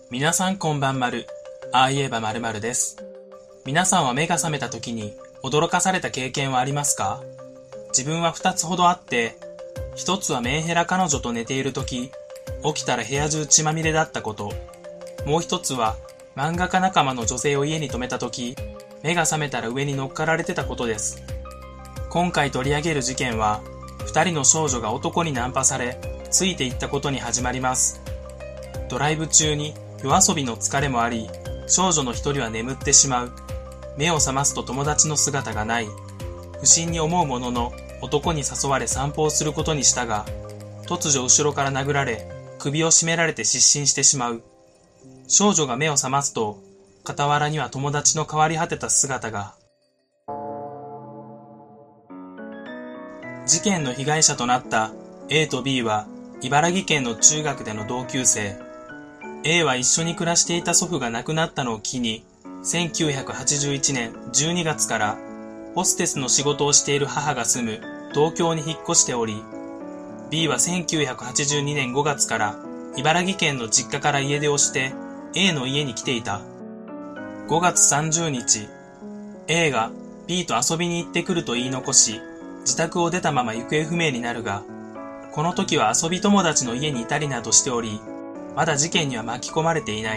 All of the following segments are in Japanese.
皆さんこんばんまる。ああ言えば〇〇です。皆さんは目が覚めた時に驚かされた経験はありますか？自分は2つほどあって、1つはメンヘラ彼女と寝ている時、起きたら部屋中血まみれだったこと。もう1つは漫画家仲間の女性を家に泊めた時、目が覚めたら上に乗っかられてたことです。今回取り上げる事件は、2人の少女が男にナンパされ、ついていったことに始まります。ドライブ中に夜遊びの疲れもあり、少女の一人は眠ってしまう。目を覚ますと友達の姿がない。不審に思うものの、男に誘われ散歩をすることにしたが、突如後ろから殴られ、首を絞められて失神してしまう。少女が目を覚ますと、傍らには友達の変わり果てた姿が。事件の被害者となった A と B は、茨城県の中学での同級生。A は一緒に暮らしていた祖父が亡くなったのを機に、1981年12月からホステスの仕事をしている母が住む東京に引っ越しており、B は1982年5月から茨城県の実家から家出をして A の家に来ていた。5月30日、A が B と遊びに行ってくると言い残し、自宅を出たまま行方不明になるが、この時は遊び友達の家にいたりなどしており、まだ事件には巻き込まれていない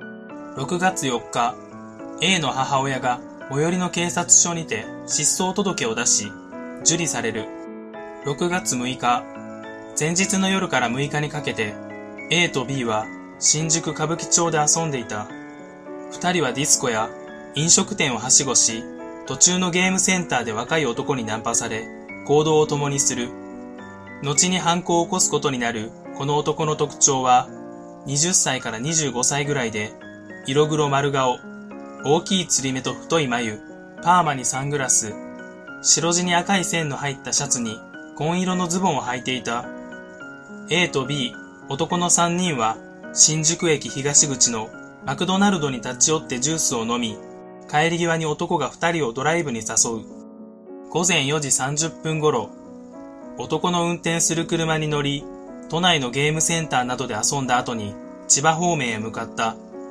。6月4日、A の母親が最寄りの警察署にて失踪届を出し、受理される。6月6日、前日の夜から6日にかけて、A と B は新宿歌舞伎町で遊んでいた。二人はディスコや飲食店をはしごし、途中のゲームセンターで若い男にナンパされ、行動を共にする。後に犯行を起こすことになるこの男の特徴は、20歳から25歳ぐらいで、色黒丸顔、大きい釣り目と太い眉、パーマにサングラス、白地に赤い線の入ったシャツに紺色のズボンを履いていた。A と B、男の3人は新宿駅東口のマクドナルドに立ち寄ってジュースを飲み、帰り際に男が2人をドライブに誘う。午前4時30分頃、男の運転する車に乗り、都内のゲームセンターなどで遊んだ後に千葉方面へ向かった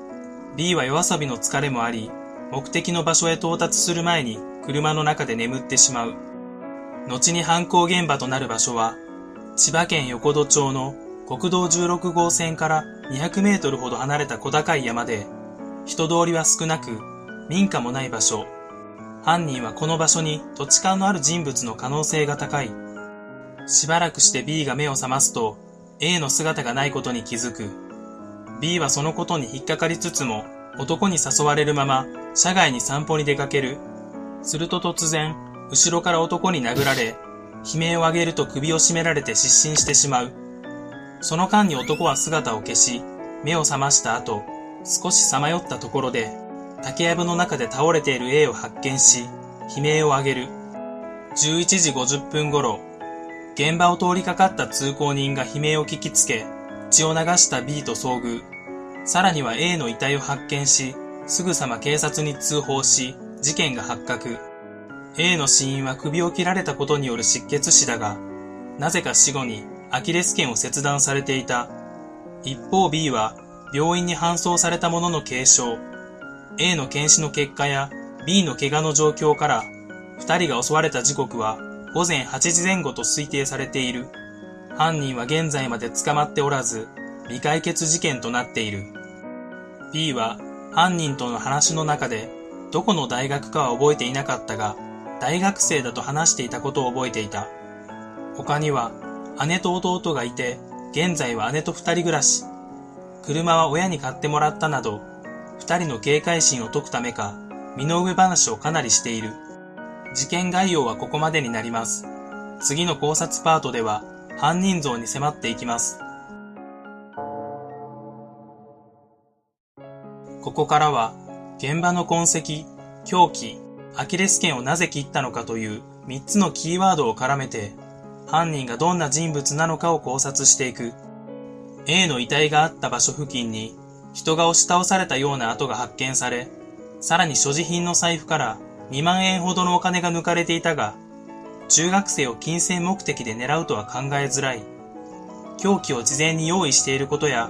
。B は夜遊びの疲れもあり、目的の場所へ到達する前に車の中で眠ってしまう。後に犯行現場となる場所は、千葉県横戸町の国道16号線から200メートルほど離れた小高い山で、人通りは少なく、民家もない場所。犯人はこの場所に土地勘のある人物の可能性が高い。しばらくして B が目を覚ますと、A の姿がないことに気づく。B はそのことに引っかかりつつも、男に誘われるまま、車外に散歩に出かける。すると突然、後ろから男に殴られ、悲鳴を上げると首を絞められて失神してしまう。その間に男は姿を消し、目を覚ました後、少しさまよったところで、竹やぶの中で倒れている A を発見し、悲鳴を上げる。11時50分頃、現場を通りかかった通行人が悲鳴を聞きつけ、血を流した B と遭遇。さらには A の遺体を発見し、すぐさま警察に通報し、事件が発覚。A の死因は首を切られたことによる失血死だが、なぜか死後にアキレス腱を切断されていた。一方 B は病院に搬送されたものの軽傷。A の検視の結果や B の怪我の状況から、二人が襲われた時刻は午前8時前後と推定されている。犯人は現在まで捕まっておらず、未解決事件となっている。B は犯人との話の中で、どこの大学かは覚えていなかったが、大学生だと話していたことを覚えていた。他には、姉と弟がいて、現在は姉と二人暮らし。車は親に買ってもらったなど、二人の警戒心を解くためか、身の上話をかなりしている。事件概要はここまでになります。次の考察パートでは、犯人像に迫っていきます。ここからは、現場の痕跡、凶器、アキレス腱をなぜ切ったのかという3つのキーワードを絡めて、犯人がどんな人物なのかを考察していく。A の遺体があった場所付近に、人が押し倒されたような跡が発見され、さらに所持品の財布から2万円ほどのお金が抜かれていたが、中学生を金銭目的で狙うとは考えづらい。凶器を事前に用意していることや、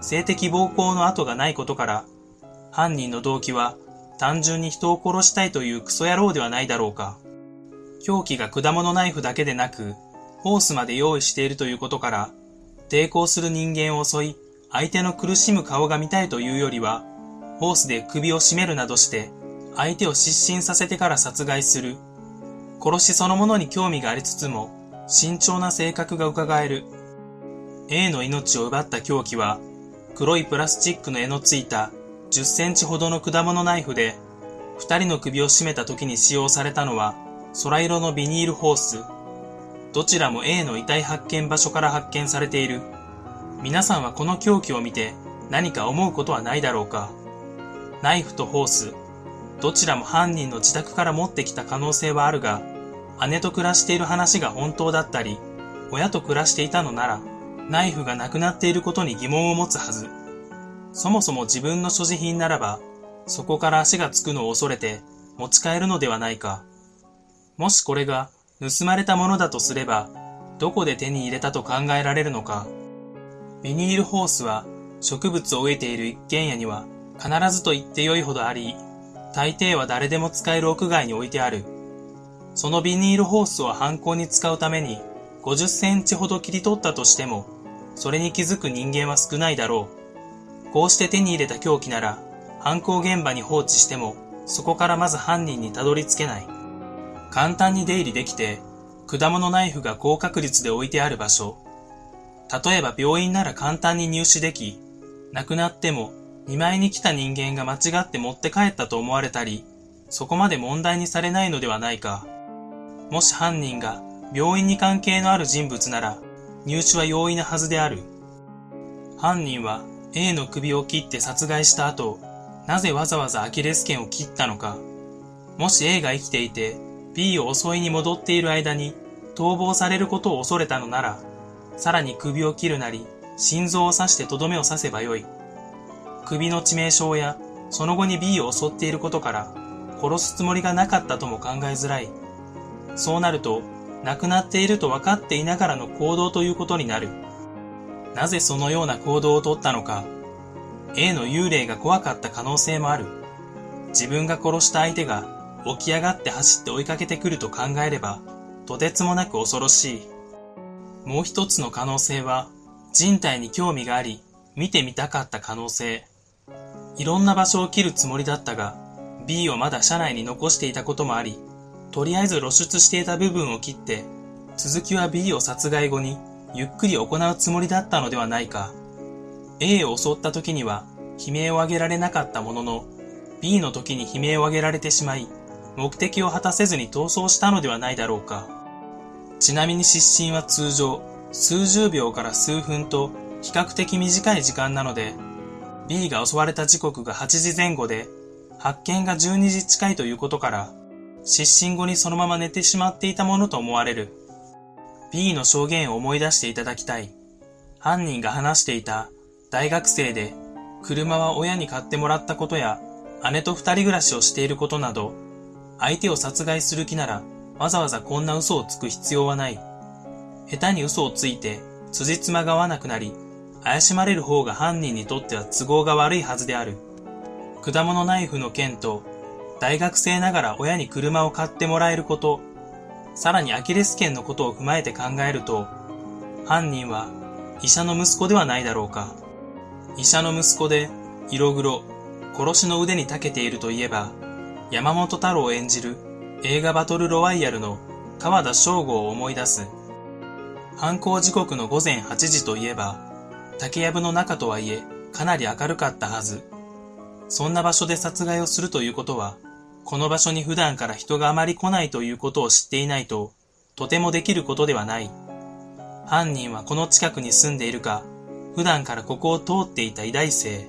性的暴行の跡がないことから、犯人の動機は単純に人を殺したいというクソ野郎ではないだろうか。凶器が果物ナイフだけでなく、ホースまで用意しているということから、抵抗する人間を襲い、相手の苦しむ顔が見たいというよりは、ホースで首を絞めるなどして、相手を失神させてから殺害する。殺しそのものに興味がありつつも、慎重な性格が伺える。A の命を奪った凶器は、黒いプラスチックの柄のついた10センチほどの果物ナイフで、二人の首を絞めた時に使用されたのは、空色のビニールホース。どちらも A の遺体発見場所から発見されている。皆さんはこの凶器を見て何か思うことはないだろうか。ナイフとホース、どちらも犯人の自宅から持ってきた可能性はあるが、姉と暮らしている話が本当だったり、親と暮らしていたのなら、ナイフがなくなっていることに疑問を持つはず。そもそも自分の所持品ならば、そこから足がつくのを恐れて持ち帰るのではないか。もしこれが盗まれたものだとすれば、どこで手に入れたと考えられるのか。ビニールホースは植物を植えている一軒家には必ずと言ってよいほどあり、大抵は誰でも使える屋外に置いてある。そのビニールホースを犯行に使うために50センチほど切り取ったとしても、それに気づく人間は少ないだろう。こうして手に入れた凶器なら、犯行現場に放置しても、そこからまず犯人にたどり着けない。簡単に出入りできて、果物ナイフが高確率で置いてある場所。例えば病院なら簡単に入手でき、亡くなっても見舞いに来た人間が間違って持って帰ったと思われたり、そこまで問題にされないのではないか。もし犯人が病院に関係のある人物なら、入手は容易なはずである。犯人は A の首を切って殺害した後、なぜわざわざアキレス腱を切ったのか。もし A が生きていて B を襲いに戻っている間に逃亡されることを恐れたのなら、さらに首を切るなり、心臓を刺してとどめを刺せばよい。首の致命傷や、その後に B を襲っていることから、殺すつもりがなかったとも考えづらい。そうなると、亡くなっていると分かっていながらの行動ということになる。なぜそのような行動をとったのか。A の幽霊が怖かった可能性もある。自分が殺した相手が起き上がって走って追いかけてくると考えれば、とてつもなく恐ろしい。もう一つの可能性は、人体に興味があり、見てみたかった可能性。いろんな場所を切るつもりだったが、B をまだ車内に残していたこともあり、とりあえず露出していた部分を切って、続きは B を殺害後にゆっくり行うつもりだったのではないか。A を襲った時には悲鳴を上げられなかったものの、B の時に悲鳴を上げられてしまい、目的を果たせずに逃走したのではないだろうか。ちなみに失神は通常、数十秒から数分と比較的短い時間なので、B が襲われた時刻が8時前後で、発見が12時近いということから、失神後にそのまま寝てしまっていたものと思われる。B の証言を思い出していただきたい。犯人が話していた大学生で、車は親に買ってもらったことや、姉と二人暮らしをしていることなど、相手を殺害する気なら、わざわざこんな嘘をつく必要はない。下手に嘘をついて、辻褄が合わなくなり、怪しまれる方が犯人にとっては都合が悪いはずである。果物ナイフの件と、大学生ながら親に車を買ってもらえること、さらにアキレス腱のことを踏まえて考えると、犯人は医者の息子ではないだろうか。医者の息子で、色黒、殺しの腕に長けているといえば、山本太郎を演じる映画バトルロワイヤルの川田省吾を思い出す。犯行時刻の午前8時といえば、竹やぶの中とはいえかなり明るかったはず。そんな場所で殺害をするということは、この場所に普段から人があまり来ないということを知っていないと、とてもできることではない。犯人はこの近くに住んでいるか、普段からここを通っていた医大生。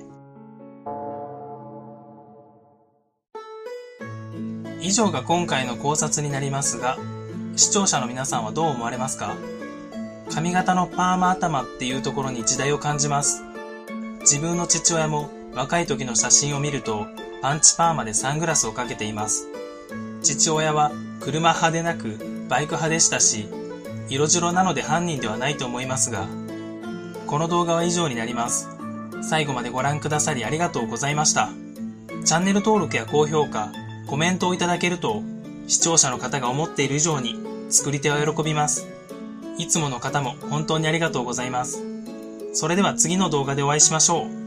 以上が今回の考察になりますが、視聴者の皆さんはどう思われますか？髪型のパーマ頭っていうところに時代を感じます。自分の父親も若い時の写真を見るとパンチパーマでサングラスをかけています。父親は車派でなくバイク派でしたし、色白なので犯人ではないと思いますが、この動画は以上になります。 最後までご覧くださりありがとうございました。チャンネル登録や高評価、コメントをいただけると、視聴者の方が思っている以上に作り手は喜びます。いつもの方も本当にありがとうございます。それでは次の動画でお会いしましょう。